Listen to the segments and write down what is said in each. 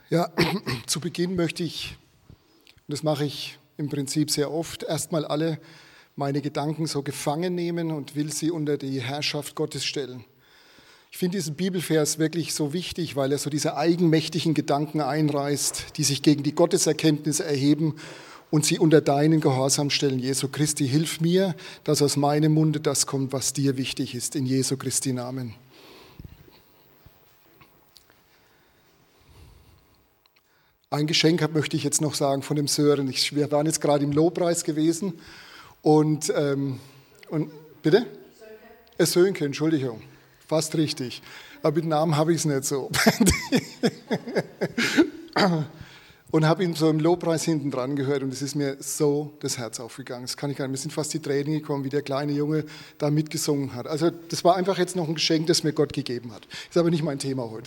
Ja, zu Beginn möchte ich, und das mache ich im Prinzip sehr oft, erstmal alle meine Gedanken so gefangen nehmen und will sie unter die Herrschaft Gottes stellen. Ich finde diesen Bibelvers wirklich so wichtig, weil er so diese eigenmächtigen Gedanken einreißt, die sich gegen die Gotteserkenntnis erheben und sie unter deinen Gehorsam stellen. Jesu Christi, hilf mir, dass aus meinem Munde das kommt, was dir wichtig ist, in Jesu Christi Namen. Ein Geschenk möchte ich jetzt noch sagen von dem Sören. Wir waren jetzt gerade im Lobpreis gewesen und bitte? Sönke, Entschuldigung, fast richtig. Aber mit Namen habe ich es nicht so. Und habe ihn so im Lobpreis hinten dran gehört und es ist mir so das Herz aufgegangen. Das kann ich gar nicht. Mir sind fast die Tränen gekommen, wie der kleine Junge da mitgesungen hat. Also das war einfach jetzt noch ein Geschenk, das mir Gott gegeben hat. Ist aber nicht mein Thema heute.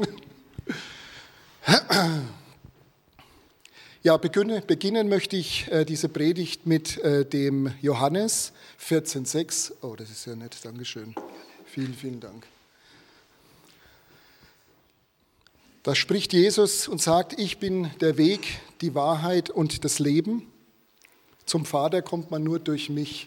Ja, beginnen möchte ich diese Predigt mit dem Johannes 14,6. Oh, das ist ja nett, Dankeschön. Vielen, vielen Dank. Da spricht Jesus und sagt, ich bin der Weg, die Wahrheit und das Leben. Zum Vater kommt man nur durch mich.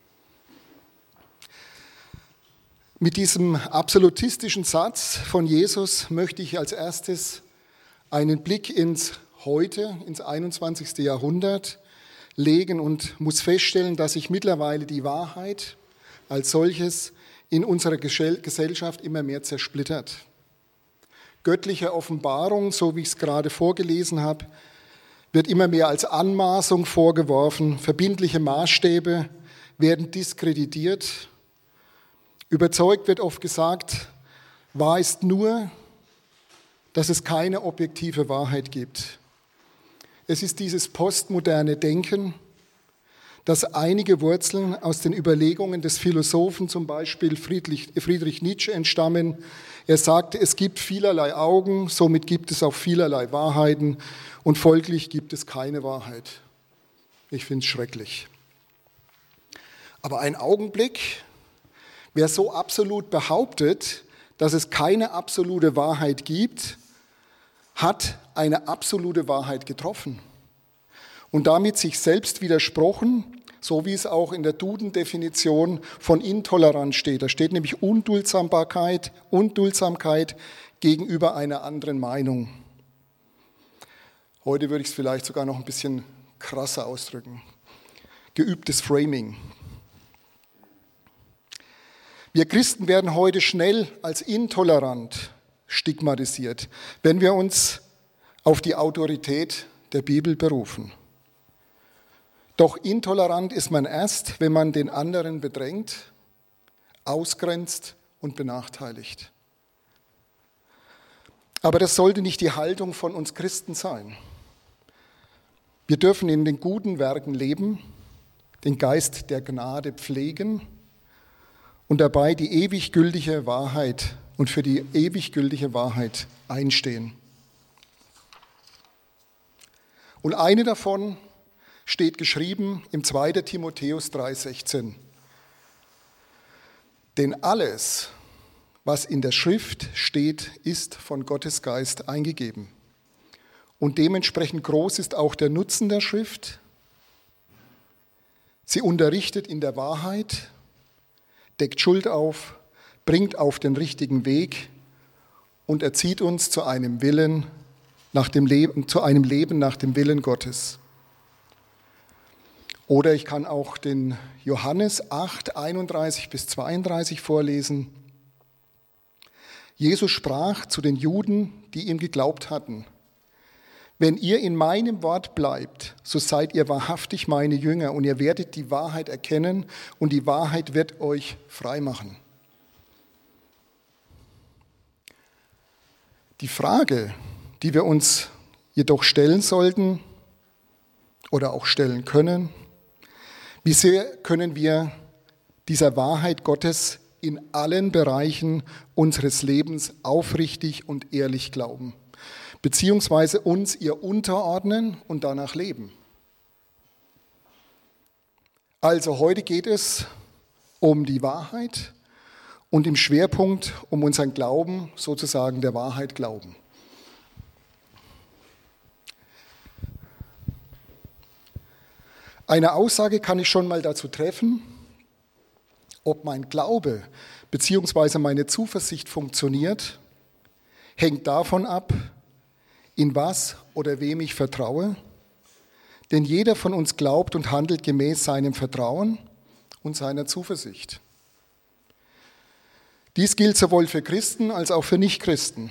Mit diesem absolutistischen Satz von Jesus möchte ich als erstes einen Blick ins Heute, ins 21. Jahrhundert legen und muss feststellen, dass sich mittlerweile die Wahrheit als solches in unserer Gesellschaft immer mehr zersplittert. Göttliche Offenbarung, so wie ich es gerade vorgelesen habe, wird immer mehr als Anmaßung vorgeworfen. Verbindliche Maßstäbe werden diskreditiert. Überzeugt wird oft gesagt, wahr ist nur, dass es keine objektive Wahrheit gibt. Es ist dieses postmoderne Denken, das einige Wurzeln aus den Überlegungen des Philosophen, zum Beispiel Friedrich Nietzsche, entstammen. Er sagte, es gibt vielerlei Augen, somit gibt es auch vielerlei Wahrheiten und folglich gibt es keine Wahrheit. Ich finde es schrecklich. Aber ein Augenblick, wer so absolut behauptet, dass es keine absolute Wahrheit gibt, hat eine absolute Wahrheit getroffen und damit sich selbst widersprochen, so wie es auch in der Duden-Definition von intolerant steht. Da steht nämlich Unduldsamkeit gegenüber einer anderen Meinung. Heute würde ich es vielleicht sogar noch ein bisschen krasser ausdrücken. Geübtes Framing. Wir Christen werden heute schnell als intolerant stigmatisiert, wenn wir uns auf die Autorität der Bibel berufen. Doch intolerant ist man erst, wenn man den anderen bedrängt, ausgrenzt und benachteiligt. Aber das sollte nicht die Haltung von uns Christen sein. Wir dürfen in den guten Werken leben, den Geist der Gnade pflegen und dabei die ewig gültige Wahrheit und für die ewig gültige Wahrheit einstehen. Und eine davon steht geschrieben im 2. Timotheus 3,16. Denn alles, was in der Schrift steht, ist von Gottes Geist eingegeben. Und dementsprechend groß ist auch der Nutzen der Schrift. Sie unterrichtet in der Wahrheit, deckt Schuld auf, bringt auf den richtigen Weg und erzieht uns zu einem Leben nach dem Willen Gottes. Oder ich kann auch den Johannes 8, 31 bis 32 vorlesen. Jesus sprach zu den Juden, die ihm geglaubt hatten: Wenn ihr in meinem Wort bleibt, so seid ihr wahrhaftig meine Jünger und ihr werdet die Wahrheit erkennen und die Wahrheit wird euch frei machen. Die Frage, die wir uns jedoch stellen sollten oder auch stellen können: Wie sehr können wir dieser Wahrheit Gottes in allen Bereichen unseres Lebens aufrichtig und ehrlich glauben, beziehungsweise uns ihr unterordnen und danach leben? Also heute geht es um die Wahrheit und im Schwerpunkt um unseren Glauben, sozusagen der Wahrheit glauben. Eine Aussage kann ich schon mal dazu treffen, ob mein Glaube bzw. meine Zuversicht funktioniert, hängt davon ab, in was oder wem ich vertraue. Denn jeder von uns glaubt und handelt gemäß seinem Vertrauen und seiner Zuversicht. Dies gilt sowohl für Christen als auch für Nichtchristen.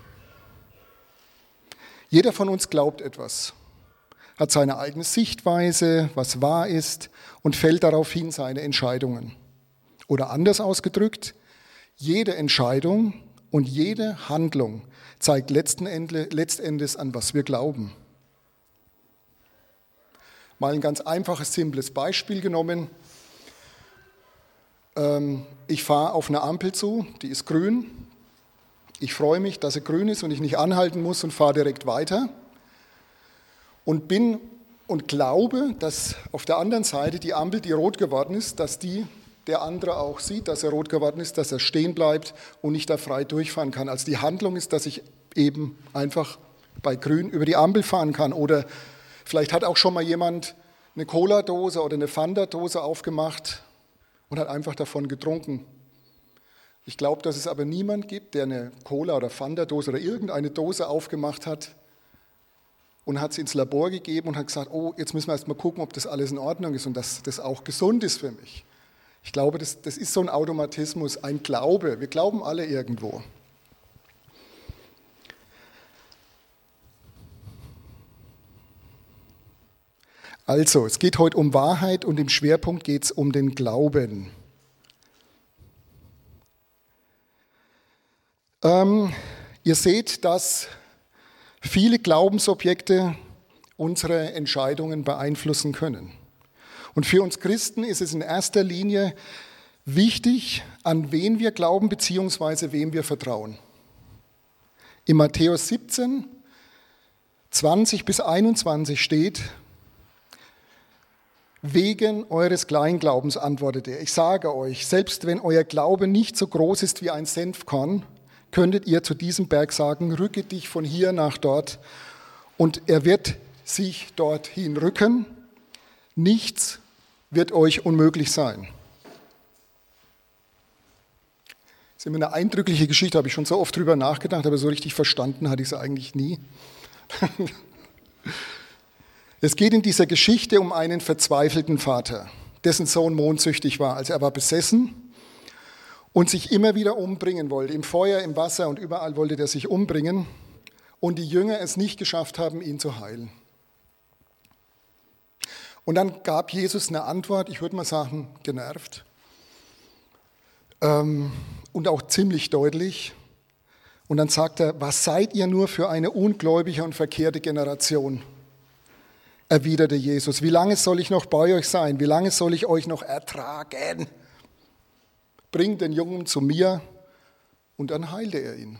Jeder von uns glaubt etwas, hat seine eigene Sichtweise, was wahr ist und fällt daraufhin seine Entscheidungen. Oder anders ausgedrückt, jede Entscheidung und jede Handlung zeigt letztendlich an, was wir glauben. Mal ein ganz einfaches, simples Beispiel genommen. Ich fahre auf eine Ampel zu, die ist grün. Ich freue mich, dass sie grün ist und ich nicht anhalten muss und fahre direkt weiter. Und glaube, dass auf der anderen Seite die Ampel, die rot geworden ist, dass der andere auch sieht, dass er rot geworden ist, dass er stehen bleibt und ich da frei durchfahren kann. Also die Handlung ist, dass ich eben einfach bei grün über die Ampel fahren kann. Oder vielleicht hat auch schon mal jemand eine Cola-Dose oder eine Fanta-Dose aufgemacht und hat einfach davon getrunken. Ich glaube, dass es aber niemand gibt, der eine Cola- oder Fanta-Dose oder irgendeine Dose aufgemacht hat und hat sie ins Labor gegeben und hat gesagt, oh, jetzt müssen wir erst mal gucken, ob das alles in Ordnung ist und dass das auch gesund ist für mich. Ich glaube, das ist so ein Automatismus, ein Glaube. Wir glauben alle irgendwo. Also, es geht heute um Wahrheit und im Schwerpunkt geht es um den Glauben. Ihr seht, dass viele Glaubensobjekte unsere Entscheidungen beeinflussen können. Und für uns Christen ist es in erster Linie wichtig, an wen wir glauben bzw. wem wir vertrauen. In Matthäus 17, 20 bis 21 steht: Wegen eures Kleinglaubens antwortet er, ich sage euch, selbst wenn euer Glaube nicht so groß ist wie ein Senfkorn, könntet ihr zu diesem Berg sagen, rücke dich von hier nach dort, und er wird sich dorthin rücken. Nichts wird euch unmöglich sein. Das ist immer eine eindrückliche Geschichte, habe ich schon so oft drüber nachgedacht, aber so richtig verstanden hatte ich es eigentlich nie. Es geht in dieser Geschichte um einen verzweifelten Vater, dessen Sohn mondsüchtig war. Also er war besessen und sich immer wieder umbringen wollte. Im Feuer, im Wasser und überall wollte er sich umbringen. Und die Jünger es nicht geschafft haben, ihn zu heilen. Und dann gab Jesus eine Antwort, ich würde mal sagen, genervt. Und auch ziemlich deutlich. Und dann sagt er, was seid ihr nur für eine ungläubige und verkehrte Generation? Erwiderte Jesus, wie lange soll ich noch bei euch sein? Wie lange soll ich euch noch ertragen? Bringt den Jungen zu mir, und dann heilte er ihn.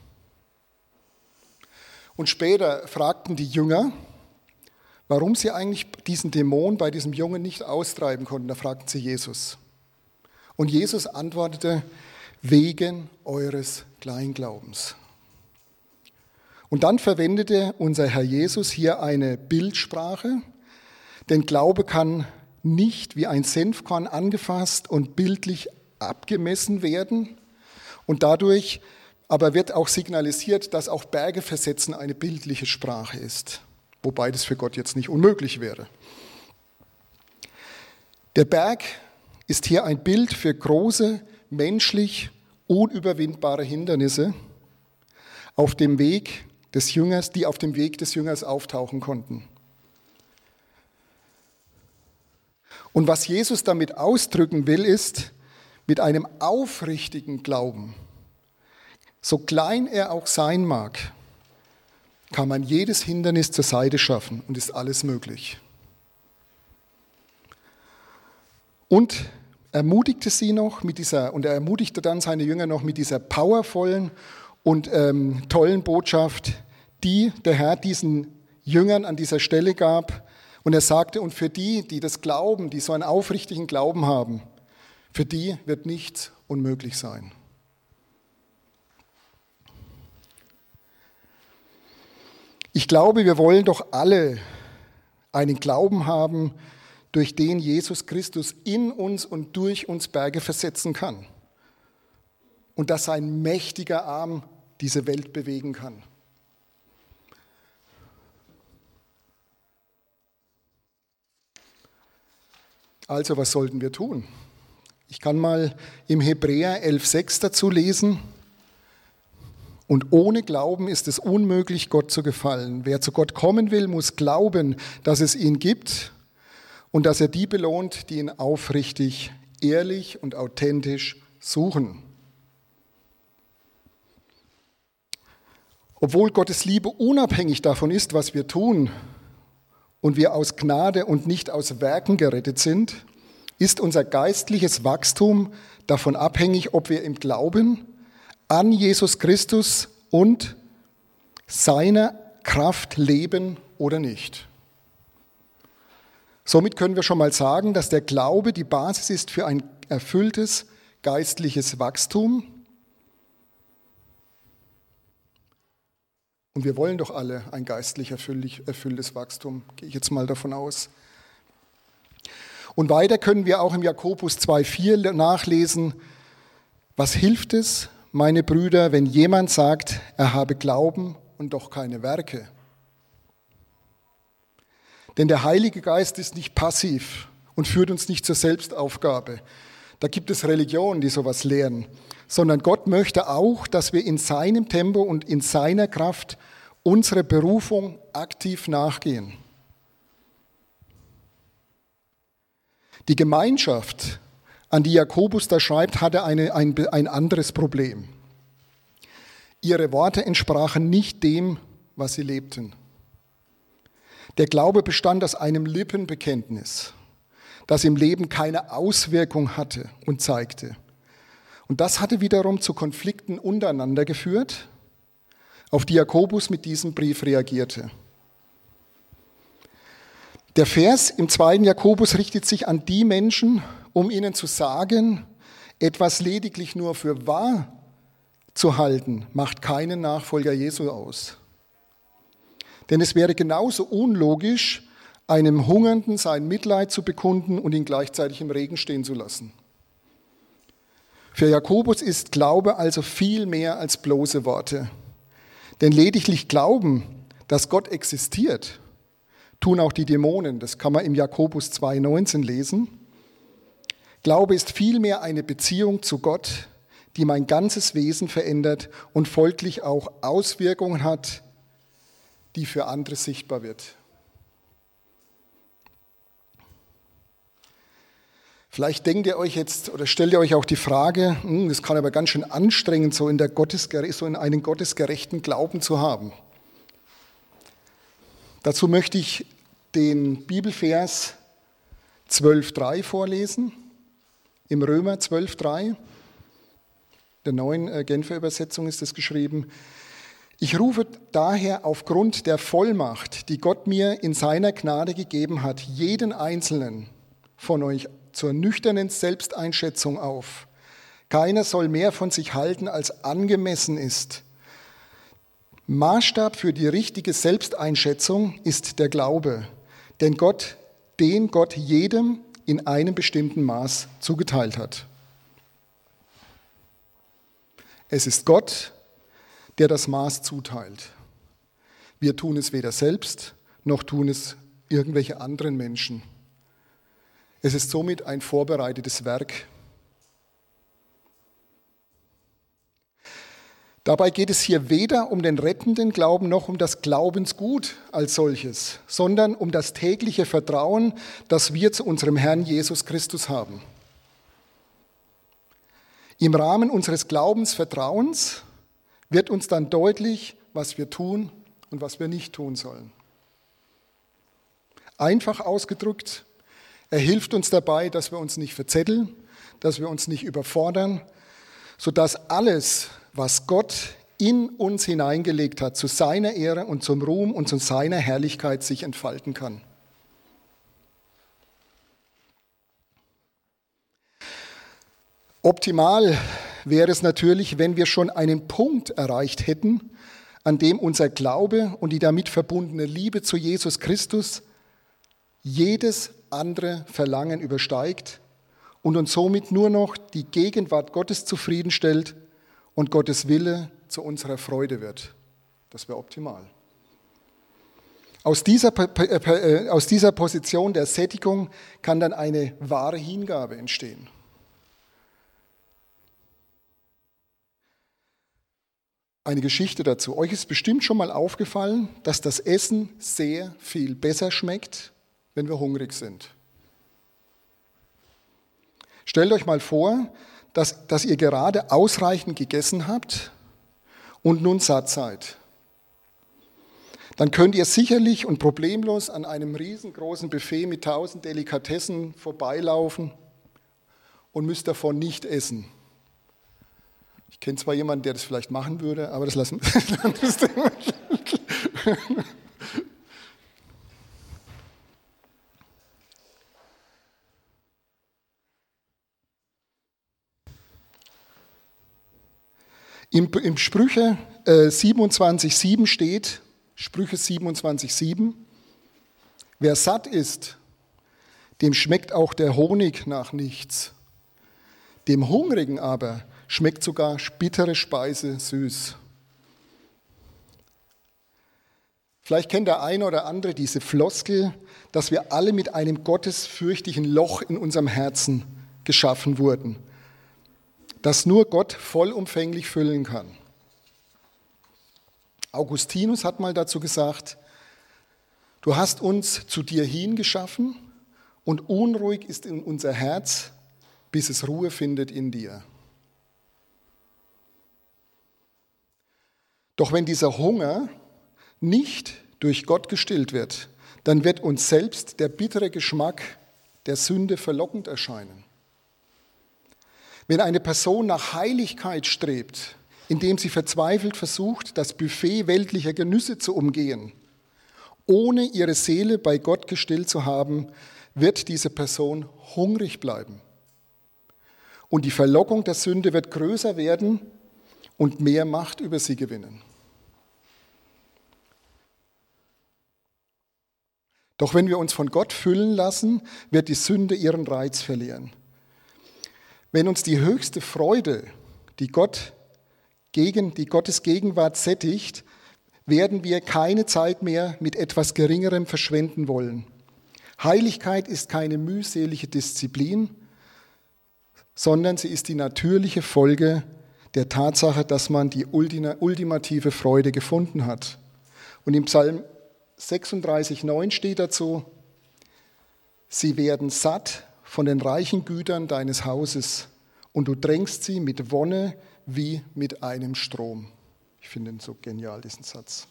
Und später fragten die Jünger, warum sie eigentlich diesen Dämon bei diesem Jungen nicht austreiben konnten. Da fragten sie Jesus. Und Jesus antwortete, wegen eures Kleinglaubens. Und dann verwendete unser Herr Jesus hier eine Bildsprache, denn Glaube kann nicht wie ein Senfkorn angefasst und bildlich abgemessen werden. Und dadurch aber wird auch signalisiert, dass auch Berge versetzen eine bildliche Sprache ist, wobei das für Gott jetzt nicht unmöglich wäre. Der Berg ist hier ein Bild für große, menschlich unüberwindbare Hindernisse auf dem Weg des Jüngers, die auf dem Weg des Jüngers auftauchen konnten. Und was Jesus damit ausdrücken will, ist, mit einem aufrichtigen Glauben, so klein er auch sein mag, kann man jedes Hindernis zur Seite schaffen und ist alles möglich. Und ermutigte sie noch und er ermutigte dann seine Jünger noch mit dieser powervollen und tollen Botschaft, die der Herr diesen Jüngern an dieser Stelle gab. Und er sagte, und für die, die das glauben, die so einen aufrichtigen Glauben haben, für die wird nichts unmöglich sein. Ich glaube, wir wollen doch alle einen Glauben haben, durch den Jesus Christus in uns und durch uns Berge versetzen kann. Und dass sein mächtiger Arm diese Welt bewegen kann. Also, was sollten wir tun? Ich kann mal im Hebräer 11,6 dazu lesen. Und ohne Glauben ist es unmöglich, Gott zu gefallen. Wer zu Gott kommen will, muss glauben, dass es ihn gibt und dass er die belohnt, die ihn aufrichtig, ehrlich und authentisch suchen. Obwohl Gottes Liebe unabhängig davon ist, was wir tun und wir aus Gnade und nicht aus Werken gerettet sind, ist unser geistliches Wachstum davon abhängig, ob wir im Glauben an Jesus Christus und seiner Kraft leben oder nicht. Somit können wir schon mal sagen, dass der Glaube die Basis ist für ein erfülltes geistliches Wachstum. Und wir wollen doch alle ein geistlich erfülltes Wachstum, gehe ich jetzt mal davon aus. Und weiter können wir auch im Jakobus 2,4 nachlesen, was hilft es, meine Brüder, wenn jemand sagt, er habe Glauben und doch keine Werke? Denn der Heilige Geist ist nicht passiv und führt uns nicht zur Selbstaufgabe. Da gibt es Religionen, die sowas lehren. Sondern Gott möchte auch, dass wir in seinem Tempo und in seiner Kraft unserer Berufung aktiv nachgehen. Die Gemeinschaft, an die Jakobus da schreibt, hatte ein anderes Problem. Ihre Worte entsprachen nicht dem, was sie lebten. Der Glaube bestand aus einem Lippenbekenntnis, das im Leben keine Auswirkung hatte und zeigte. Und das hatte wiederum zu Konflikten untereinander geführt, auf die Jakobus mit diesem Brief reagierte. Der Vers im 2. Jakobus richtet sich an die Menschen, um ihnen zu sagen, etwas lediglich nur für wahr zu halten, macht keinen Nachfolger Jesu aus. Denn es wäre genauso unlogisch, einem Hungernden sein Mitleid zu bekunden und ihn gleichzeitig im Regen stehen zu lassen. Für Jakobus ist Glaube also viel mehr als bloße Worte. Denn lediglich glauben, dass Gott existiert, tun auch die Dämonen. Das kann man im Jakobus 2,19 lesen. Glaube ist vielmehr eine Beziehung zu Gott, die mein ganzes Wesen verändert und folglich auch Auswirkungen hat, die für andere sichtbar wird. Vielleicht denkt ihr euch jetzt oder stellt ihr euch auch die Frage, das kann aber ganz schön anstrengend so in einen gottesgerechten Glauben zu haben. Dazu möchte ich den Bibelvers 12,3 vorlesen, im Römer 12,3, der neuen Genfer Übersetzung ist es geschrieben. Ich rufe daher aufgrund der Vollmacht, die Gott mir in seiner Gnade gegeben hat, jeden Einzelnen von euch zur nüchternen Selbsteinschätzung auf. Keiner soll mehr von sich halten, als angemessen ist. Maßstab für die richtige Selbsteinschätzung ist der Glaube, den Gott jedem in einem bestimmten Maß zugeteilt hat. Es ist Gott, der das Maß zuteilt. Wir tun es weder selbst, noch tun es irgendwelche anderen Menschen. Es ist somit ein vorbereitetes Werk. Dabei geht es hier weder um den rettenden Glauben noch um das Glaubensgut als solches, sondern um das tägliche Vertrauen, das wir zu unserem Herrn Jesus Christus haben. Im Rahmen unseres Glaubensvertrauens wird uns dann deutlich, was wir tun und was wir nicht tun sollen. Einfach ausgedrückt, er hilft uns dabei, dass wir uns nicht verzetteln, dass wir uns nicht überfordern, sodass alles, was Gott in uns hineingelegt hat, zu seiner Ehre und zum Ruhm und zu seiner Herrlichkeit sich entfalten kann. Optimal wäre es natürlich, wenn wir schon einen Punkt erreicht hätten, an dem unser Glaube und die damit verbundene Liebe zu Jesus Christus jedes andere Verlangen übersteigt und uns somit nur noch die Gegenwart Gottes zufriedenstellt und Gottes Wille zu unserer Freude wird. Das wäre optimal. Aus dieser Position der Sättigung kann dann eine wahre Hingabe entstehen. Eine Geschichte dazu. Euch ist bestimmt schon mal aufgefallen, dass das Essen sehr viel besser schmeckt, wenn wir hungrig sind. Stellt euch mal vor, dass ihr gerade ausreichend gegessen habt und nun satt seid. Dann könnt ihr sicherlich und problemlos an einem riesengroßen Buffet mit 1000 Delikatessen vorbeilaufen und müsst davon nicht essen. Ich kenne zwar jemanden, der das vielleicht machen würde, aber das lassen wir. Im Sprüche 27,7 steht, Sprüche 27,7, wer satt ist, dem schmeckt auch der Honig nach nichts. Dem Hungrigen aber schmeckt sogar bittere Speise süß. Vielleicht kennt der eine oder andere diese Floskel, dass wir alle mit einem gottesfürchtigen Loch in unserem Herzen geschaffen wurden, das nur Gott vollumfänglich füllen kann. Augustinus hat mal dazu gesagt, du hast uns zu dir hingeschaffen und unruhig ist in unser Herz, bis es Ruhe findet in dir. Doch wenn dieser Hunger nicht durch Gott gestillt wird, dann wird uns selbst der bittere Geschmack der Sünde verlockend erscheinen. Wenn eine Person nach Heiligkeit strebt, indem sie verzweifelt versucht, das Buffet weltlicher Genüsse zu umgehen, ohne ihre Seele bei Gott gestillt zu haben, wird diese Person hungrig bleiben. Und die Verlockung der Sünde wird größer werden und mehr Macht über sie gewinnen. Doch wenn wir uns von Gott füllen lassen, wird die Sünde ihren Reiz verlieren. Wenn uns die höchste Freude, die Gottes Gegenwart sättigt, werden wir keine Zeit mehr mit etwas Geringerem verschwenden wollen. Heiligkeit ist keine mühselige Disziplin, sondern sie ist die natürliche Folge der Tatsache, dass man die ultimative Freude gefunden hat. Und im Psalm 36,9 steht dazu, sie werden satt von den reichen Gütern deines Hauses und du drängst sie mit Wonne wie mit einem Strom. Ich finde ihn so genial, diesen Satz.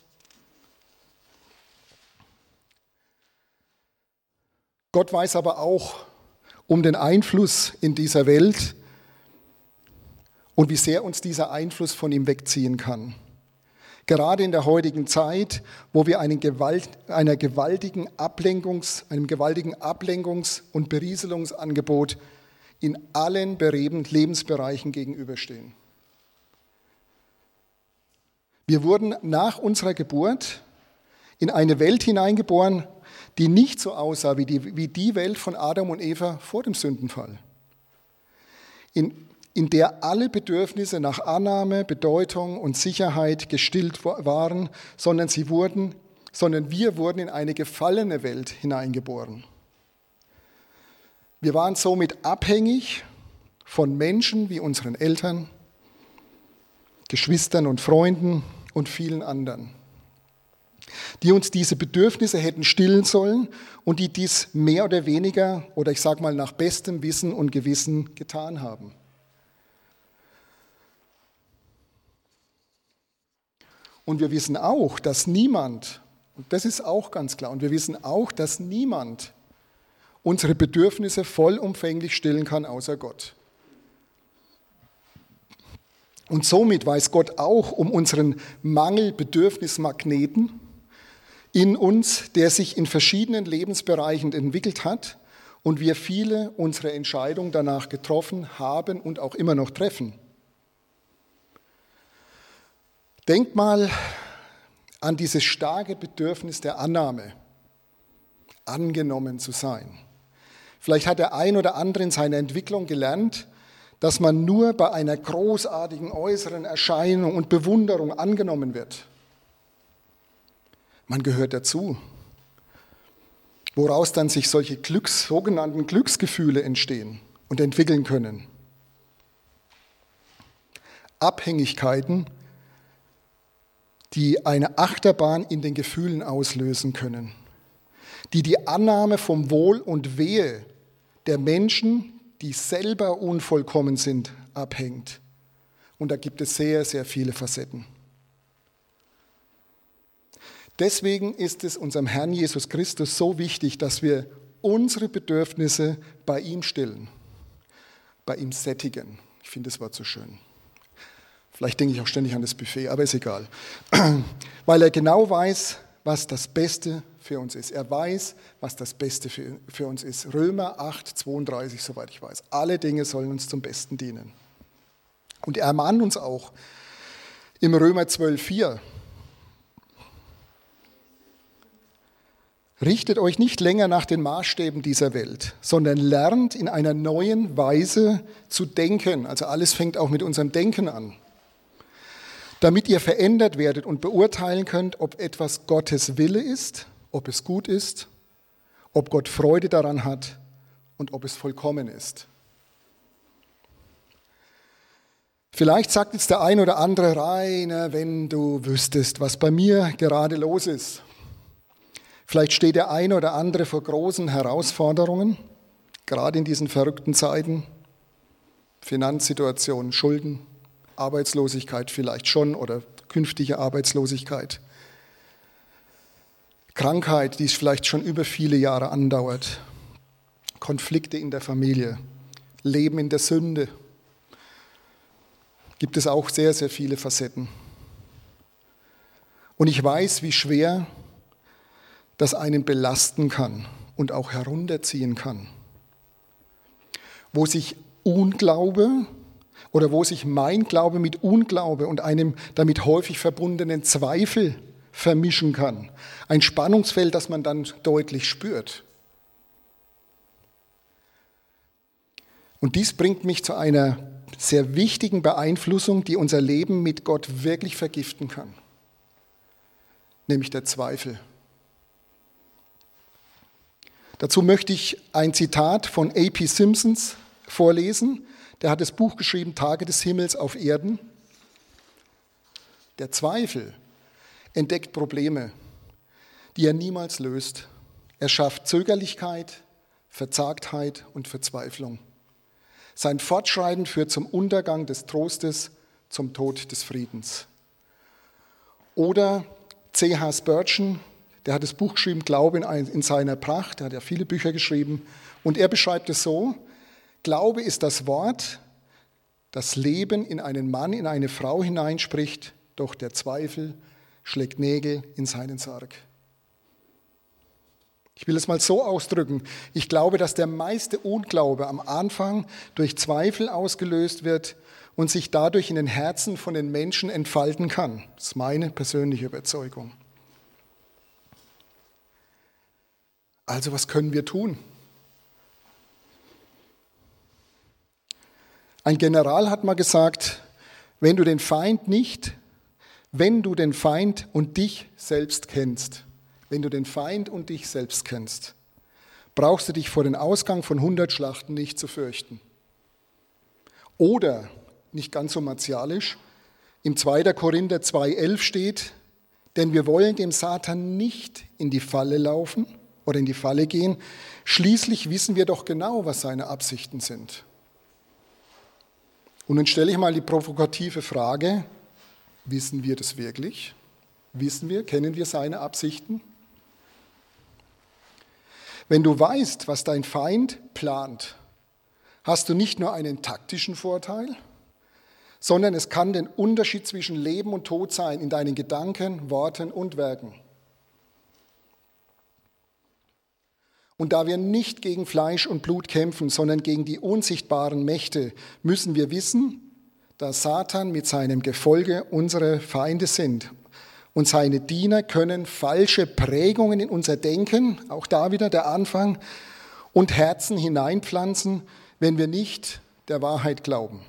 Gott weiß aber auch um den Einfluss in dieser Welt und wie sehr uns dieser Einfluss von ihm wegziehen kann. Gerade in der heutigen Zeit, wo wir einem gewaltigen Ablenkungs- und Berieselungsangebot in allen Lebensbereichen gegenüberstehen. Wir wurden nach unserer Geburt in eine Welt hineingeboren, die nicht so aussah wie die Welt von Adam und Eva vor dem Sündenfall, in der alle Bedürfnisse nach Annahme, Bedeutung und Sicherheit gestillt waren, sondern wir wurden in eine gefallene Welt hineingeboren. Wir waren somit abhängig von Menschen wie unseren Eltern, Geschwistern und Freunden und vielen anderen, die uns diese Bedürfnisse hätten stillen sollen und die dies mehr oder weniger, oder ich sage mal nach bestem Wissen und Gewissen getan haben. Und wir wissen auch, dass niemand, und das ist auch ganz klar, und wir wissen auch, dass niemand unsere Bedürfnisse vollumfänglich stillen kann, außer Gott. Und somit weiß Gott auch um unseren Mangel-Bedürfnismagneten in uns, der sich in verschiedenen Lebensbereichen entwickelt hat und wir viele unserer Entscheidungen danach getroffen haben und auch immer noch treffen. Denkt mal an dieses starke Bedürfnis der Annahme, angenommen zu sein. Vielleicht hat der ein oder andere in seiner Entwicklung gelernt, dass man nur bei einer großartigen äußeren Erscheinung und Bewunderung angenommen wird. Man gehört dazu, woraus dann sich solche sogenannten Glücksgefühle entstehen und entwickeln können. Abhängigkeiten, die eine Achterbahn in den Gefühlen auslösen können, die die Annahme vom Wohl und Wehe der Menschen, die selber unvollkommen sind, abhängt. Und da gibt es sehr, sehr viele Facetten. Deswegen ist es unserem Herrn Jesus Christus so wichtig, dass wir unsere Bedürfnisse bei ihm stillen, bei ihm sättigen. Ich finde das Wort so schön. Vielleicht denke ich auch ständig an das Buffet, aber ist egal. Weil er genau weiß, was das Beste für uns ist. Er weiß, was das Beste für uns ist. Römer 8, 32, soweit ich weiß. Alle Dinge sollen uns zum Besten dienen. Und er ermahnt uns auch im Römer 12, 4. Richtet euch nicht länger nach den Maßstäben dieser Welt, sondern lernt in einer neuen Weise zu denken. Also alles fängt auch mit unserem Denken an. Damit ihr verändert werdet und beurteilen könnt, ob etwas Gottes Wille ist, ob es gut ist, ob Gott Freude daran hat und ob es vollkommen ist. Vielleicht sagt jetzt der ein oder andere, Rainer, wenn du wüsstest, was bei mir gerade los ist. Vielleicht steht der ein oder andere vor großen Herausforderungen, gerade in diesen verrückten Zeiten, Finanzsituationen, Schulden, Arbeitslosigkeit vielleicht schon oder künftige Arbeitslosigkeit. Krankheit, die es vielleicht schon über viele Jahre andauert. Konflikte in der Familie, Leben in der Sünde. Gibt es auch sehr, sehr viele Facetten. Und ich weiß, wie schwer das einen belasten kann und auch herunterziehen kann. Wo sich Unglaube oder wo sich mein Glaube mit Unglaube und einem damit häufig verbundenen Zweifel vermischen kann. Ein Spannungsfeld, das man dann deutlich spürt. Und dies bringt mich zu einer sehr wichtigen Beeinflussung, die unser Leben mit Gott wirklich vergiften kann. Nämlich der Zweifel. Dazu möchte ich ein Zitat von A.P. Simpsons vorlesen. Der hat das Buch geschrieben, Tage des Himmels auf Erden. Der Zweifel entdeckt Probleme, die er niemals löst. Er schafft Zögerlichkeit, Verzagtheit und Verzweiflung. Sein Fortschreiten führt zum Untergang des Trostes, zum Tod des Friedens. Oder C.H. Spurgeon, der hat das Buch geschrieben, Glaube in seiner Pracht, er hat ja viele Bücher geschrieben, und er beschreibt es so: Glaube ist das Wort, das Leben in einen Mann, in eine Frau hineinspricht, doch der Zweifel schlägt Nägel in seinen Sarg. Ich will es mal so ausdrücken. Ich glaube, dass der meiste Unglaube am Anfang durch Zweifel ausgelöst wird und sich dadurch in den Herzen von den Menschen entfalten kann. Das ist meine persönliche Überzeugung. Also was können wir tun? Ein General hat mal gesagt, wenn du den Feind und dich selbst kennst, brauchst du dich vor den Ausgang von 100 Schlachten nicht zu fürchten. Oder, nicht ganz so martialisch, im 2. Korinther 2,11 steht, denn wir wollen dem Satan nicht in die Falle laufen oder in die Falle gehen, schließlich wissen wir doch genau, was seine Absichten sind. Und nun stelle ich mal die provokative Frage, wissen wir das wirklich? Kennen wir seine Absichten? Wenn du weißt, was dein Feind plant, hast du nicht nur einen taktischen Vorteil, sondern es kann den Unterschied zwischen Leben und Tod sein in deinen Gedanken, Worten und Werken. Und da wir nicht gegen Fleisch und Blut kämpfen, sondern gegen die unsichtbaren Mächte, müssen wir wissen, dass Satan mit seinem Gefolge unsere Feinde sind. Und seine Diener können falsche Prägungen in unser Denken, auch da wieder der Anfang, und Herzen hineinpflanzen, wenn wir nicht der Wahrheit glauben.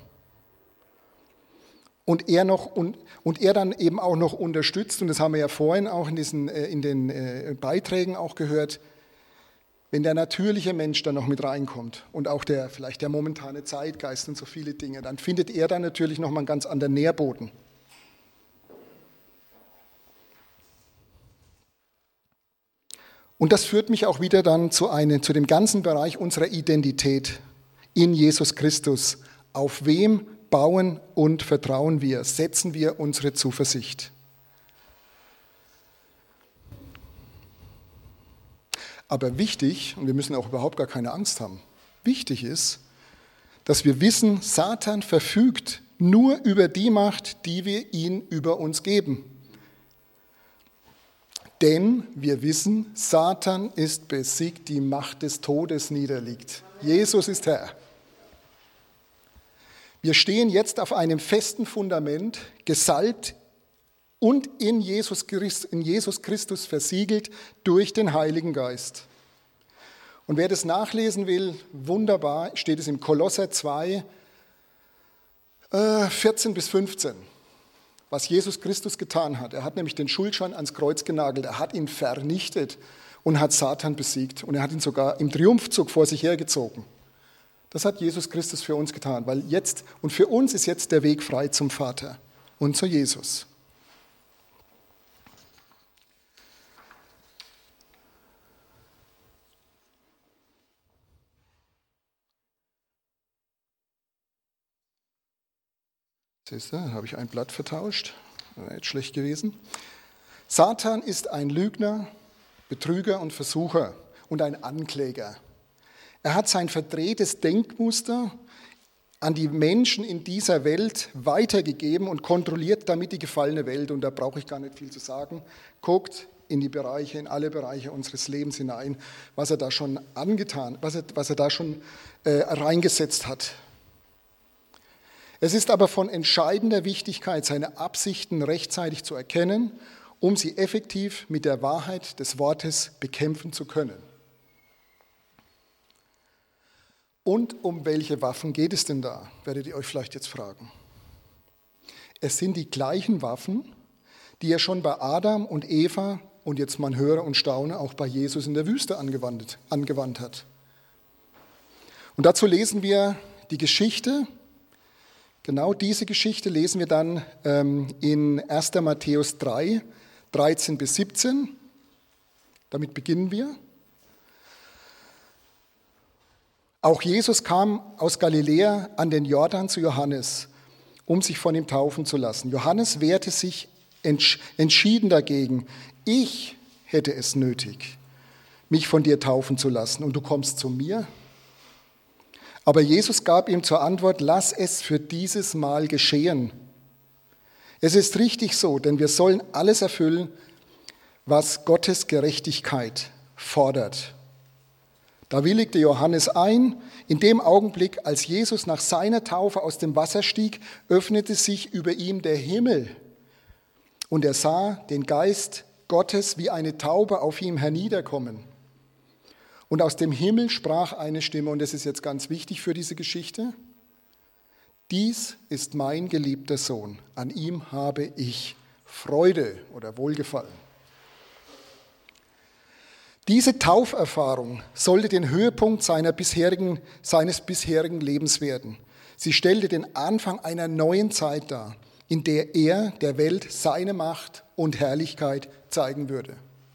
Und er dann eben auch noch unterstützt, und das haben wir ja vorhin auch in den Beiträgen auch gehört, wenn der natürliche Mensch dann noch mit reinkommt und auch vielleicht der momentane Zeitgeist und so viele Dinge, dann findet er dann natürlich nochmal einen ganz anderen Nährboden. Und das führt mich auch wieder dann zu dem ganzen Bereich unserer Identität in Jesus Christus. Auf wem bauen und vertrauen wir, setzen wir unsere Zuversicht? Aber wichtig, und wir müssen auch überhaupt gar keine Angst haben, wichtig ist, dass wir wissen, Satan verfügt nur über die Macht, die wir ihm über uns geben. Denn wir wissen, Satan ist besiegt, die Macht des Todes niederliegt. Jesus ist Herr. Wir stehen jetzt auf einem festen Fundament, gesalbt und in Jesus Christus versiegelt durch den Heiligen Geist. Und wer das nachlesen will, wunderbar, steht es im Kolosser 2, 14 bis 15, was Jesus Christus getan hat. Er hat nämlich den Schuldschein ans Kreuz genagelt, er hat ihn vernichtet und hat Satan besiegt. Und er hat ihn sogar im Triumphzug vor sich hergezogen. Das hat Jesus Christus für uns getan, und für uns ist jetzt der Weg frei zum Vater und zu Jesus. Siehst du, da habe ich ein Blatt vertauscht. Das wäre jetzt schlecht gewesen. Satan ist ein Lügner, Betrüger und Versucher und ein Ankläger. Er hat sein verdrehtes Denkmuster an die Menschen in dieser Welt weitergegeben und kontrolliert damit die gefallene Welt. Und da brauche ich gar nicht viel zu sagen. Guckt in alle Bereiche unseres Lebens hinein, was er da schon was er da schon reingesetzt hat. Es ist aber von entscheidender Wichtigkeit, seine Absichten rechtzeitig zu erkennen, um sie effektiv mit der Wahrheit des Wortes bekämpfen zu können. Und um welche Waffen geht es denn da, werdet ihr euch vielleicht jetzt fragen. Es sind die gleichen Waffen, die er schon bei Adam und Eva und jetzt man höre und staune, auch bei Jesus in der Wüste angewandt hat. Und dazu lesen wir die Geschichte. Genau diese Geschichte lesen wir dann in 1. Matthäus 3, 13 bis 17. Damit beginnen wir. Auch Jesus kam aus Galiläa an den Jordan zu Johannes, um sich von ihm taufen zu lassen. Johannes wehrte sich entschieden dagegen. Ich hätte es nötig, mich von dir taufen zu lassen, und du kommst zu mir? Aber Jesus gab ihm zur Antwort: Lass es für dieses Mal geschehen. Es ist richtig so, denn wir sollen alles erfüllen, was Gottes Gerechtigkeit fordert. Da willigte Johannes ein. In dem Augenblick, als Jesus nach seiner Taufe aus dem Wasser stieg, öffnete sich über ihm der Himmel. Und er sah den Geist Gottes wie eine Taube auf ihm herniederkommen. Und aus dem Himmel sprach eine Stimme, und das ist jetzt ganz wichtig für diese Geschichte: Dies ist mein geliebter Sohn, an ihm habe ich Freude oder Wohlgefallen. Diese Tauferfahrung sollte den Höhepunkt seines bisherigen Lebens werden. Sie stellte den Anfang einer neuen Zeit dar, in der er der Welt seine Macht und Herrlichkeit zeigen würde.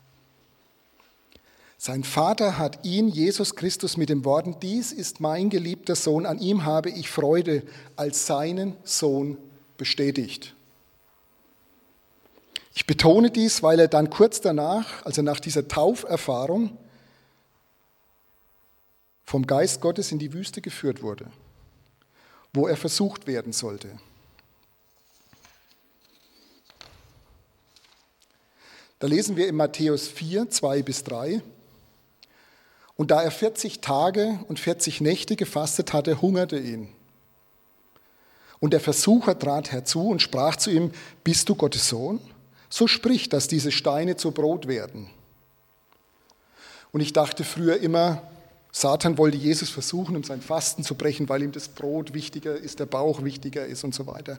Sein Vater hat ihn, Jesus Christus, mit den Worten: Dies ist mein geliebter Sohn, an ihm habe ich Freude, als seinen Sohn bestätigt. Ich betone dies, weil er dann kurz danach, also nach dieser Tauferfahrung, vom Geist Gottes in die Wüste geführt wurde, wo er versucht werden sollte. Da lesen wir in Matthäus 4, 2 bis 3. Und da er 40 Tage und 40 Nächte gefastet hatte, hungerte ihn. Und der Versucher trat herzu und sprach zu ihm: Bist du Gottes Sohn? So sprich, dass diese Steine zu Brot werden. Und ich dachte früher immer, Satan wollte Jesus versuchen, um sein Fasten zu brechen, weil ihm das Brot wichtiger ist, der Bauch wichtiger ist und so weiter.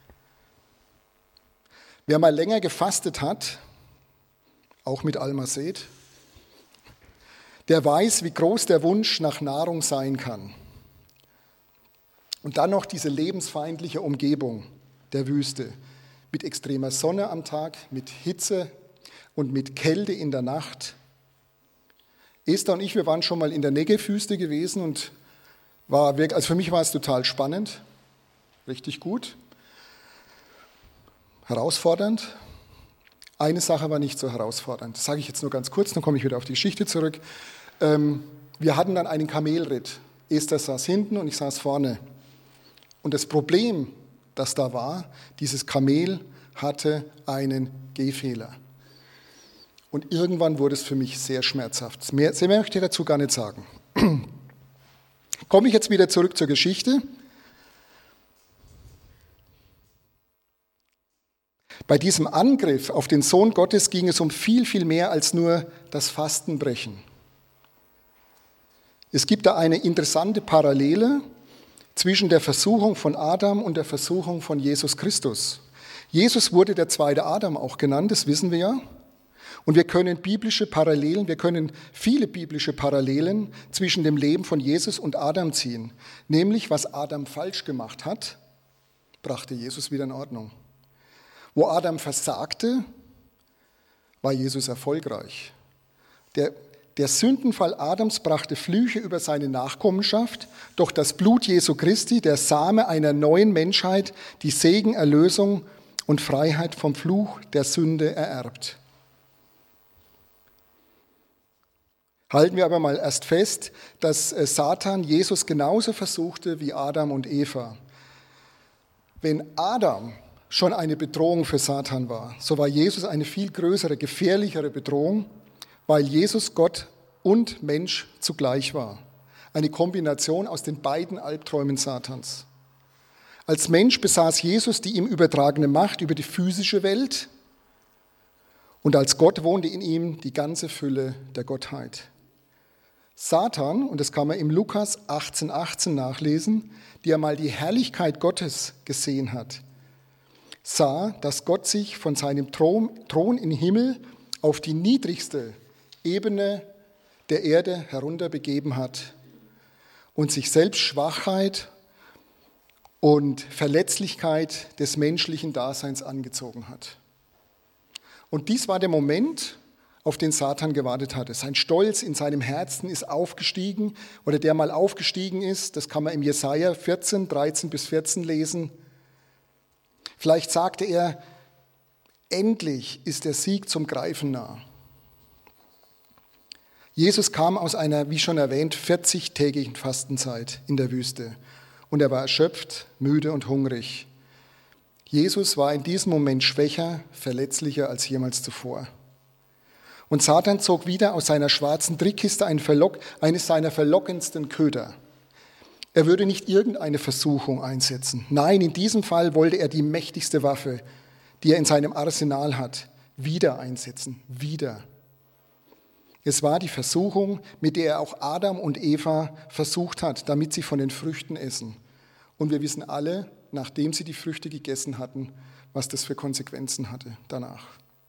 Wer mal länger gefastet hat, auch mit Almazet, der weiß, wie groß der Wunsch nach Nahrung sein kann. Und dann noch diese lebensfeindliche Umgebung der Wüste mit extremer Sonne am Tag, mit Hitze und mit Kälte in der Nacht. Esther und ich, wir waren schon mal in der Negev-Wüste gewesen und für mich war es total spannend, richtig gut, herausfordernd. Eine Sache war nicht so herausfordernd, das sage ich jetzt nur ganz kurz, dann komme ich wieder auf die Geschichte zurück. Wir hatten dann einen Kamelritt. Esther saß hinten und ich saß vorne. Und das Problem, das da war, dieses Kamel hatte einen Gehfehler. Und irgendwann wurde es für mich sehr schmerzhaft. Mehr möchte ich dazu gar nicht sagen. Komme ich jetzt wieder zurück zur Geschichte. Bei diesem Angriff auf den Sohn Gottes ging es um viel, viel mehr als nur das Fastenbrechen. Es gibt da eine interessante Parallele zwischen der Versuchung von Adam und der Versuchung von Jesus Christus. Jesus wurde der zweite Adam auch genannt, das wissen wir ja. Und wir können viele biblische Parallelen zwischen dem Leben von Jesus und Adam ziehen. Nämlich, was Adam falsch gemacht hat, brachte Jesus wieder in Ordnung. Wo Adam versagte, war Jesus erfolgreich. Der Sündenfall Adams brachte Flüche über seine Nachkommenschaft, doch das Blut Jesu Christi, der Same einer neuen Menschheit, die Segen, Erlösung und Freiheit vom Fluch der Sünde ererbt. Halten wir aber mal erst fest, dass Satan Jesus genauso versuchte wie Adam und Eva. Wenn Adam schon eine Bedrohung für Satan war, so war Jesus eine viel größere, gefährlichere Bedrohung, weil Jesus Gott und Mensch zugleich war. Eine Kombination aus den beiden Albträumen Satans. Als Mensch besaß Jesus die ihm übertragene Macht über die physische Welt und als Gott wohnte in ihm die ganze Fülle der Gottheit. Satan, und das kann man im Lukas 18,18 nachlesen, der mal die Herrlichkeit Gottes gesehen hat, sah, dass Gott sich von seinem Thron im Himmel auf die niedrigste Ebene der Erde herunterbegeben hat und sich selbst Schwachheit und Verletzlichkeit des menschlichen Daseins angezogen hat. Und dies war der Moment, auf den Satan gewartet hatte. Sein Stolz in seinem Herzen ist aufgestiegen, oder der mal aufgestiegen ist, das kann man im Jesaja 14, 13 bis 14 lesen. Vielleicht sagte er, endlich ist der Sieg zum Greifen nah. Jesus kam aus einer, wie schon erwähnt, 40-tägigen Fastenzeit in der Wüste und er war erschöpft, müde und hungrig. Jesus war in diesem Moment schwächer, verletzlicher als jemals zuvor. Und Satan zog wieder aus seiner schwarzen Trickkiste eines seiner verlockendsten Köder. Er würde nicht irgendeine Versuchung einsetzen. Nein, in diesem Fall wollte er die mächtigste Waffe, die er in seinem Arsenal hat, wieder einsetzen. Wieder. Es war die Versuchung, mit der er auch Adam und Eva versucht hat, damit sie von den Früchten essen. Und wir wissen alle, nachdem sie die Früchte gegessen hatten, was das für Konsequenzen hatte danach.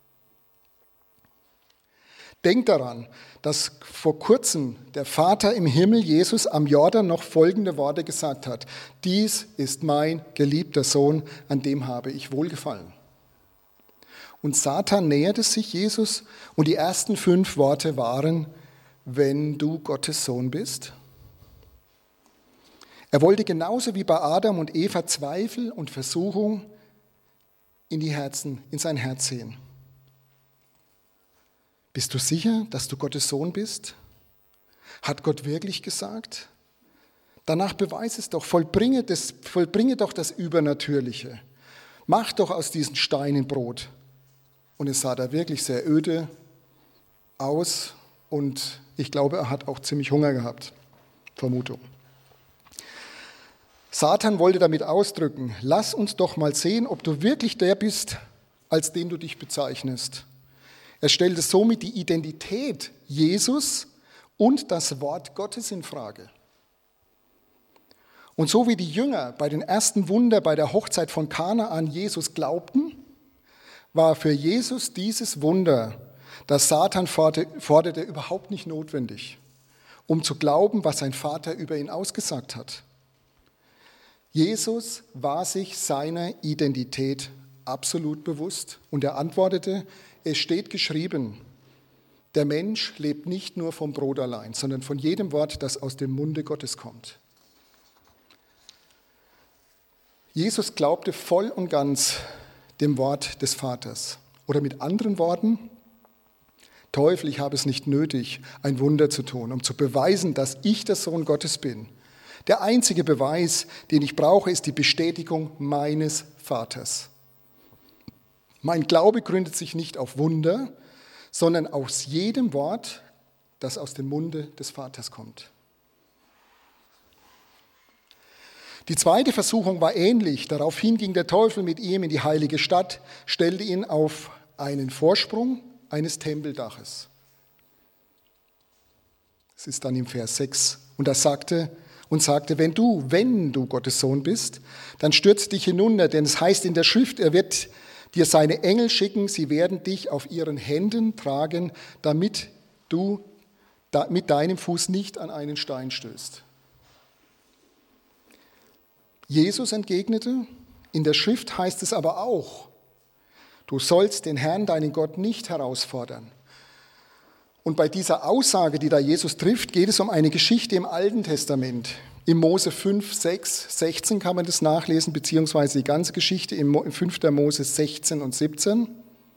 Denkt daran, dass vor kurzem der Vater im Himmel Jesus am Jordan noch folgende Worte gesagt hat. Dies ist mein geliebter Sohn, an dem habe ich Wohlgefallen. Und Satan näherte sich Jesus und die ersten 5 Worte waren, wenn du Gottes Sohn bist. Er wollte genauso wie bei Adam und Eva Zweifel und Versuchung in sein Herz sehen. Bist du sicher, dass du Gottes Sohn bist? Hat Gott wirklich gesagt? Danach beweis es doch, vollbringe doch das Übernatürliche. Mach doch aus diesen Steinen Brot. Und es sah da wirklich sehr öde aus und ich glaube, er hat auch ziemlich Hunger gehabt. Vermutung. Satan wollte damit ausdrücken, lass uns doch mal sehen, ob du wirklich der bist, als den du dich bezeichnest. Er stellte somit die Identität Jesus und das Wort Gottes in Frage. Und so wie die Jünger bei den ersten Wunder bei der Hochzeit von Kana an Jesus glaubten, war für Jesus dieses Wunder, das Satan forderte, überhaupt nicht notwendig, um zu glauben, was sein Vater über ihn ausgesagt hat. Jesus war sich seiner Identität absolut bewusst und er antwortete, es steht geschrieben, der Mensch lebt nicht nur vom Brot allein, sondern von jedem Wort, das aus dem Munde Gottes kommt. Jesus glaubte voll und ganz dem Wort des Vaters. Oder mit anderen Worten, Teufel, ich habe es nicht nötig, ein Wunder zu tun, um zu beweisen, dass ich der Sohn Gottes bin. Der einzige Beweis, den ich brauche, ist die Bestätigung meines Vaters. Mein Glaube gründet sich nicht auf Wunder, sondern aus jedem Wort, das aus dem Munde des Vaters kommt. Die zweite Versuchung war ähnlich. Daraufhin ging der Teufel mit ihm in die heilige Stadt, stellte ihn auf einen Vorsprung eines Tempeldaches. Das ist dann im Vers 6. Und er sagte, wenn du Gottes Sohn bist, dann stürz dich hinunter, denn es heißt in der Schrift, er wird dir seine Engel schicken, sie werden dich auf ihren Händen tragen, damit du mit deinem Fuß nicht an einen Stein stößt. Jesus entgegnete, in der Schrift heißt es aber auch, du sollst den Herrn, deinen Gott, nicht herausfordern. Und bei dieser Aussage, die da Jesus trifft, geht es um eine Geschichte im Alten Testament. Im Mose 5, 6, 16 kann man das nachlesen, beziehungsweise die ganze Geschichte im 5. Mose 16 und 17.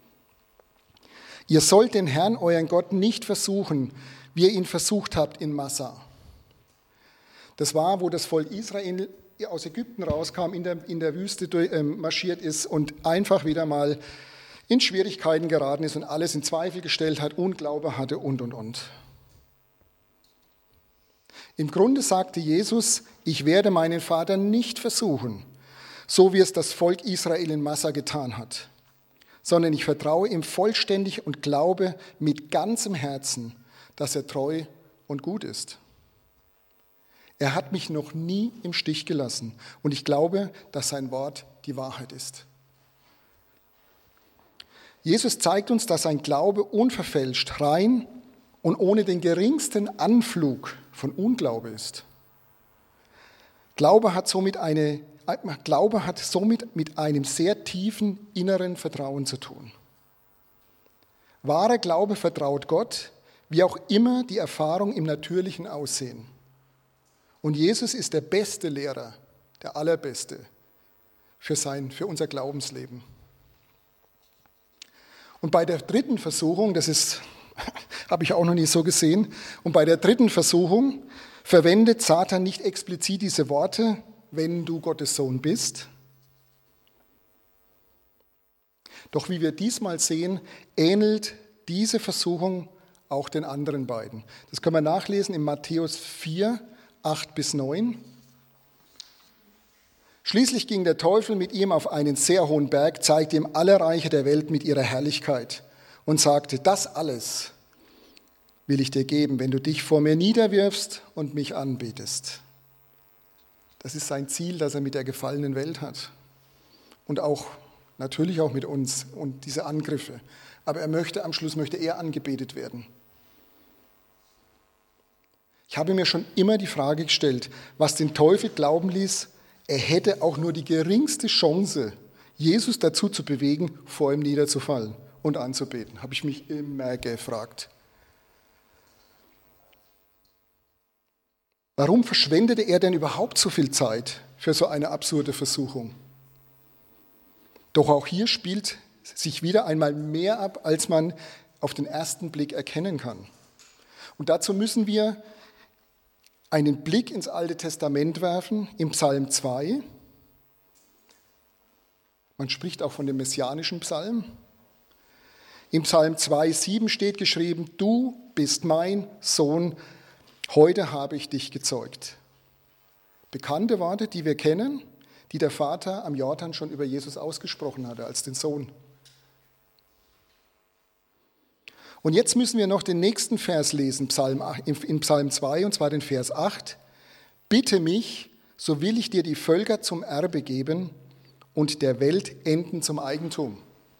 Ihr sollt den Herrn, euren Gott, nicht versuchen, wie ihr ihn versucht habt in Massa. Das war, wo das Volk Israel aus Ägypten rauskam, in der Wüste marschiert ist und einfach wieder mal in Schwierigkeiten geraten ist und alles in Zweifel gestellt hat, Unglaube hatte und. Im Grunde sagte Jesus, ich werde meinen Vater nicht versuchen, so wie es das Volk Israel in Massa getan hat, sondern ich vertraue ihm vollständig und glaube mit ganzem Herzen, dass er treu und gut ist. Er hat mich noch nie im Stich gelassen und ich glaube, dass sein Wort die Wahrheit ist. Jesus zeigt uns, dass sein Glaube unverfälscht, rein und ohne den geringsten Anflug von Unglaube ist. Glaube hat somit mit einem sehr tiefen inneren Vertrauen zu tun. Wahrer Glaube vertraut Gott, wie auch immer die Erfahrung im Natürlichen aussehen. Und Jesus ist der beste Lehrer, der allerbeste für unser Glaubensleben. Und bei der dritten Versuchung, habe ich auch noch nie so gesehen, und bei der dritten Versuchung verwendet Satan nicht explizit diese Worte, wenn du Gottes Sohn bist. Doch wie wir diesmal sehen, ähnelt diese Versuchung auch den anderen beiden. Das können wir nachlesen in Matthäus 4, 8 bis 9. Schließlich ging der Teufel mit ihm auf einen sehr hohen Berg, zeigte ihm alle Reiche der Welt mit ihrer Herrlichkeit und sagte, das alles will ich dir geben, wenn du dich vor mir niederwirfst und mich anbetest. Das ist sein Ziel, das er mit der gefallenen Welt hat. Und auch, natürlich auch mit uns und diese Angriffe. Aber am Schluss möchte er angebetet werden. Ich habe mir schon immer die Frage gestellt, was den Teufel glauben ließ, er hätte auch nur die geringste Chance, Jesus dazu zu bewegen, vor ihm niederzufallen und anzubeten. Habe ich mich immer gefragt. Warum verschwendete er denn überhaupt so viel Zeit für so eine absurde Versuchung? Doch auch hier spielt sich wieder einmal mehr ab, als man auf den ersten Blick erkennen kann. Und dazu müssen wir einen Blick ins Alte Testament werfen, im Psalm 2. Man spricht auch von dem messianischen Psalm. Im Psalm 2,7 steht geschrieben, du bist mein Sohn, heute habe ich dich gezeugt. Bekannte Worte, die wir kennen, die der Vater am Jordan schon über Jesus ausgesprochen hatte, als den Sohn. Und jetzt müssen wir noch den nächsten Vers lesen, in Psalm 2, und zwar den Vers 8. Bitte mich, so will ich dir die Völker zum Erbe geben und der Welt Enden zum Eigentum.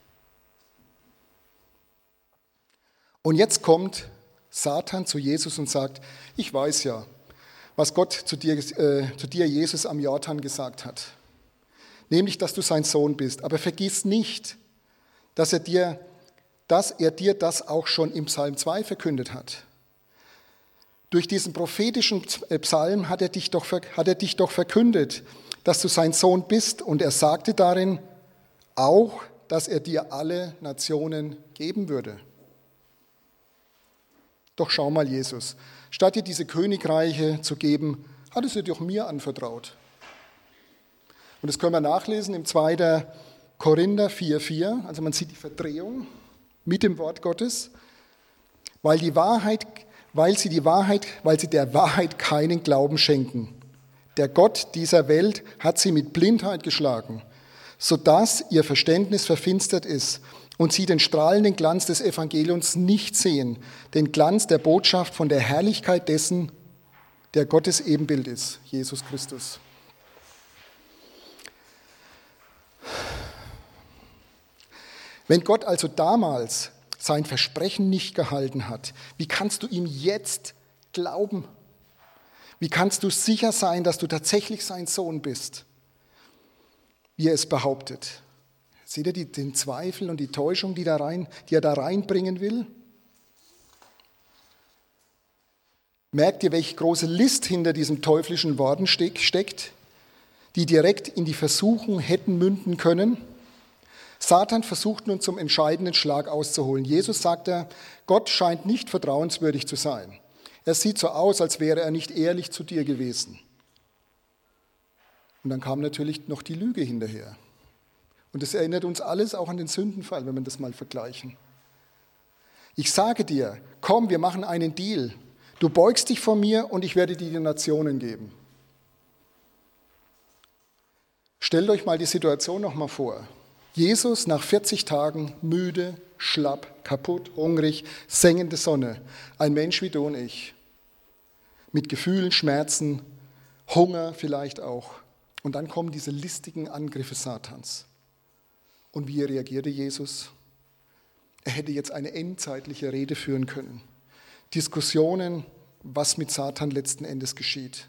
Und jetzt kommt Satan zu Jesus und sagt, ich weiß ja, was Gott zu dir, Jesus, am Jordan gesagt hat. Nämlich, dass du sein Sohn bist. Aber vergiss nicht, dass er dir das auch schon im Psalm 2 verkündet hat. Durch diesen prophetischen Psalm hat er dich doch verkündet, dass du sein Sohn bist. Und er sagte darin auch, dass er dir alle Nationen geben würde. Doch schau mal, Jesus, statt dir diese Königreiche zu geben, hat es dir doch mir anvertraut. Und das können wir nachlesen im 2. Korinther 4,4. Also man sieht die Verdrehung mit dem Wort Gottes, weil sie der Wahrheit keinen Glauben schenken. Der Gott dieser Welt hat sie mit Blindheit geschlagen, sodass ihr Verständnis verfinstert ist und sie den strahlenden Glanz des Evangeliums nicht sehen, den Glanz der Botschaft von der Herrlichkeit dessen, der Gottes Ebenbild ist, Jesus Christus. Wenn Gott also damals sein Versprechen nicht gehalten hat, wie kannst du ihm jetzt glauben? Wie kannst du sicher sein, dass du tatsächlich sein Sohn bist, wie er es behauptet? Seht ihr den Zweifel und die Täuschung, die er da reinbringen will? Merkt ihr, welche große List hinter diesen teuflischen Worten steckt, die direkt in die Versuchung hätten münden können? Satan versucht nun zum entscheidenden Schlag auszuholen. Jesus sagt Gott scheint nicht vertrauenswürdig zu sein. Er sieht so aus, als wäre er nicht ehrlich zu dir gewesen. Und dann kam natürlich noch die Lüge hinterher. Und das erinnert uns alles auch an den Sündenfall, wenn wir das mal vergleichen. Ich sage dir, komm, wir machen einen Deal. Du beugst dich vor mir und ich werde dir die Nationen geben. Stellt euch mal die Situation noch mal vor. Jesus nach 40 Tagen müde, schlapp, kaputt, hungrig, sengende Sonne. Ein Mensch wie du und ich. Mit Gefühlen, Schmerzen, Hunger vielleicht auch. Und dann kommen diese listigen Angriffe Satans. Und wie reagierte Jesus? Er hätte jetzt eine endzeitliche Rede führen können. Diskussionen, was mit Satan letzten Endes geschieht.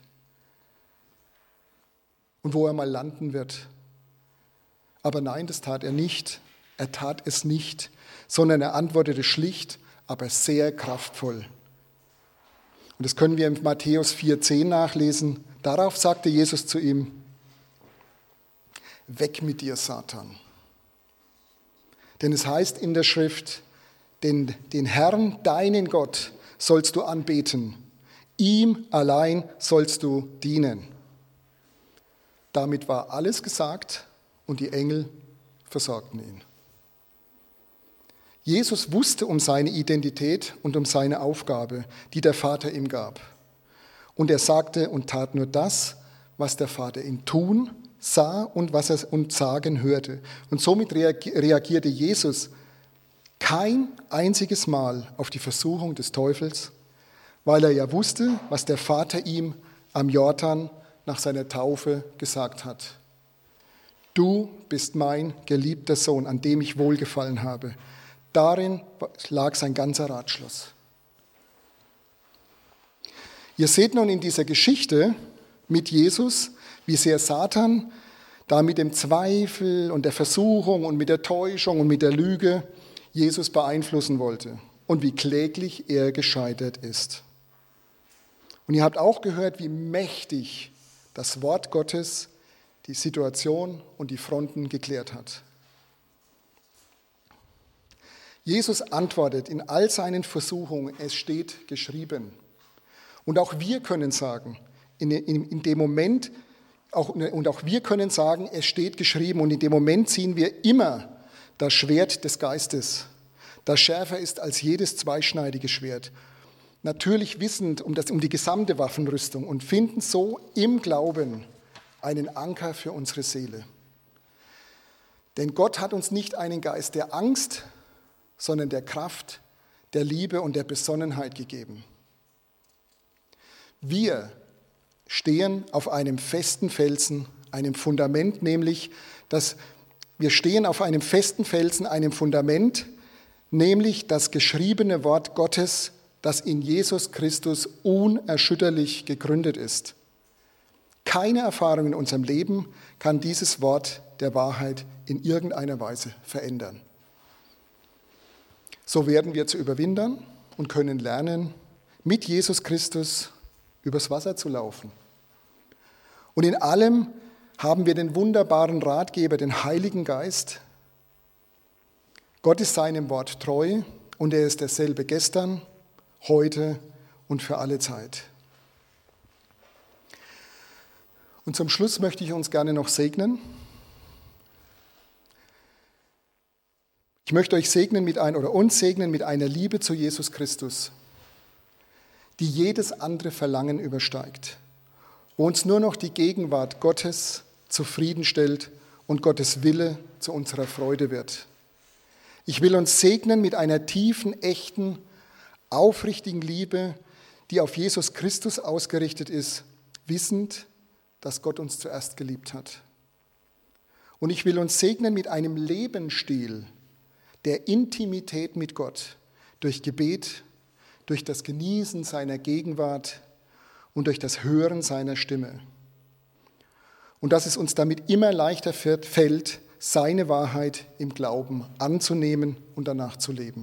Und wo er mal landen wird. Aber nein, das tat er nicht. Er tat es nicht, sondern er antwortete schlicht, aber sehr kraftvoll. Und das können wir in Matthäus 4,10 nachlesen. Darauf sagte Jesus zu ihm, weg mit dir, Satan. Denn es heißt in der Schrift, den Herrn, deinen Gott, sollst du anbeten. Ihm allein sollst du dienen. Damit war alles gesagt und die Engel versorgten ihn. Jesus wusste um seine Identität und um seine Aufgabe, die der Vater ihm gab. Und er sagte und tat nur das, was der Vater ihn tun sah und was er uns sagen hörte. Und somit reagierte Jesus kein einziges Mal auf die Versuchung des Teufels, weil er ja wusste, was der Vater ihm am Jordan nach seiner Taufe gesagt hat. Du bist mein geliebter Sohn, an dem ich wohlgefallen habe. Darin lag sein ganzer Ratschluss. Ihr seht nun in dieser Geschichte mit Jesus, wie sehr Satan da mit dem Zweifel und der Versuchung und mit der Täuschung und mit der Lüge Jesus beeinflussen wollte und wie kläglich er gescheitert ist. Und ihr habt auch gehört, wie mächtig das Wort Gottes die Situation und die Fronten geklärt hat. Jesus antwortet in all seinen Versuchungen, es steht geschrieben. Und auch wir können sagen, in dem Moment, auch wir können sagen, es steht geschrieben und in dem Moment ziehen wir immer das Schwert des Geistes, das schärfer ist als jedes zweischneidige Schwert. Natürlich wissend um die gesamte Waffenrüstung und finden so im Glauben einen Anker für unsere Seele. Denn Gott hat uns nicht einen Geist der Angst, sondern der Kraft, der Liebe und der Besonnenheit gegeben. Wir stehen auf einem festen Felsen, einem Fundament, nämlich das geschriebene Wort Gottes, das in Jesus Christus unerschütterlich gegründet ist. Keine Erfahrung in unserem Leben kann dieses Wort der Wahrheit in irgendeiner Weise verändern. So werden wir zu Überwindern und können lernen, mit Jesus Christus übers Wasser zu laufen. Und in allem haben wir den wunderbaren Ratgeber, den Heiligen Geist. Gott ist seinem Wort treu und er ist derselbe gestern, heute und für alle Zeit. Und zum Schluss möchte ich uns gerne noch segnen. Ich möchte euch uns segnen mit einer Liebe zu Jesus Christus, die jedes andere Verlangen übersteigt, wo uns nur noch die Gegenwart Gottes zufriedenstellt und Gottes Wille zu unserer Freude wird. Ich will uns segnen mit einer tiefen, echten, aufrichtigen Liebe, die auf Jesus Christus ausgerichtet ist, wissend, dass Gott uns zuerst geliebt hat. Und ich will uns segnen mit einem Lebensstil der Intimität mit Gott, durch Gebet, durch das Genießen seiner Gegenwart und durch das Hören seiner Stimme. Und dass es uns damit immer leichter fällt, seine Wahrheit im Glauben anzunehmen und danach zu leben.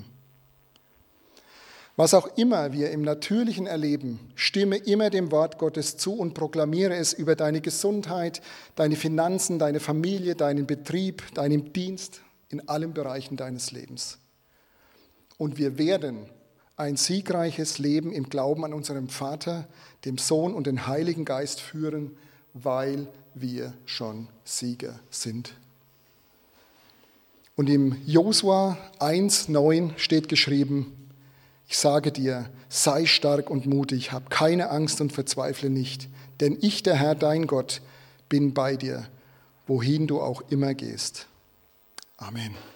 Was auch immer wir im Natürlichen erleben, stimme immer dem Wort Gottes zu und proklamiere es über deine Gesundheit, deine Finanzen, deine Familie, deinen Betrieb, deinen Dienst, in allen Bereichen deines Lebens. Und wir werden ein siegreiches Leben im Glauben an unseren Vater, dem Sohn und den Heiligen Geist führen, weil wir schon Sieger sind. Und im Josua 1,9 steht geschrieben: Ich sage dir, sei stark und mutig, hab keine Angst und verzweifle nicht, denn ich, der Herr, dein Gott, bin bei dir, wohin du auch immer gehst. Amen.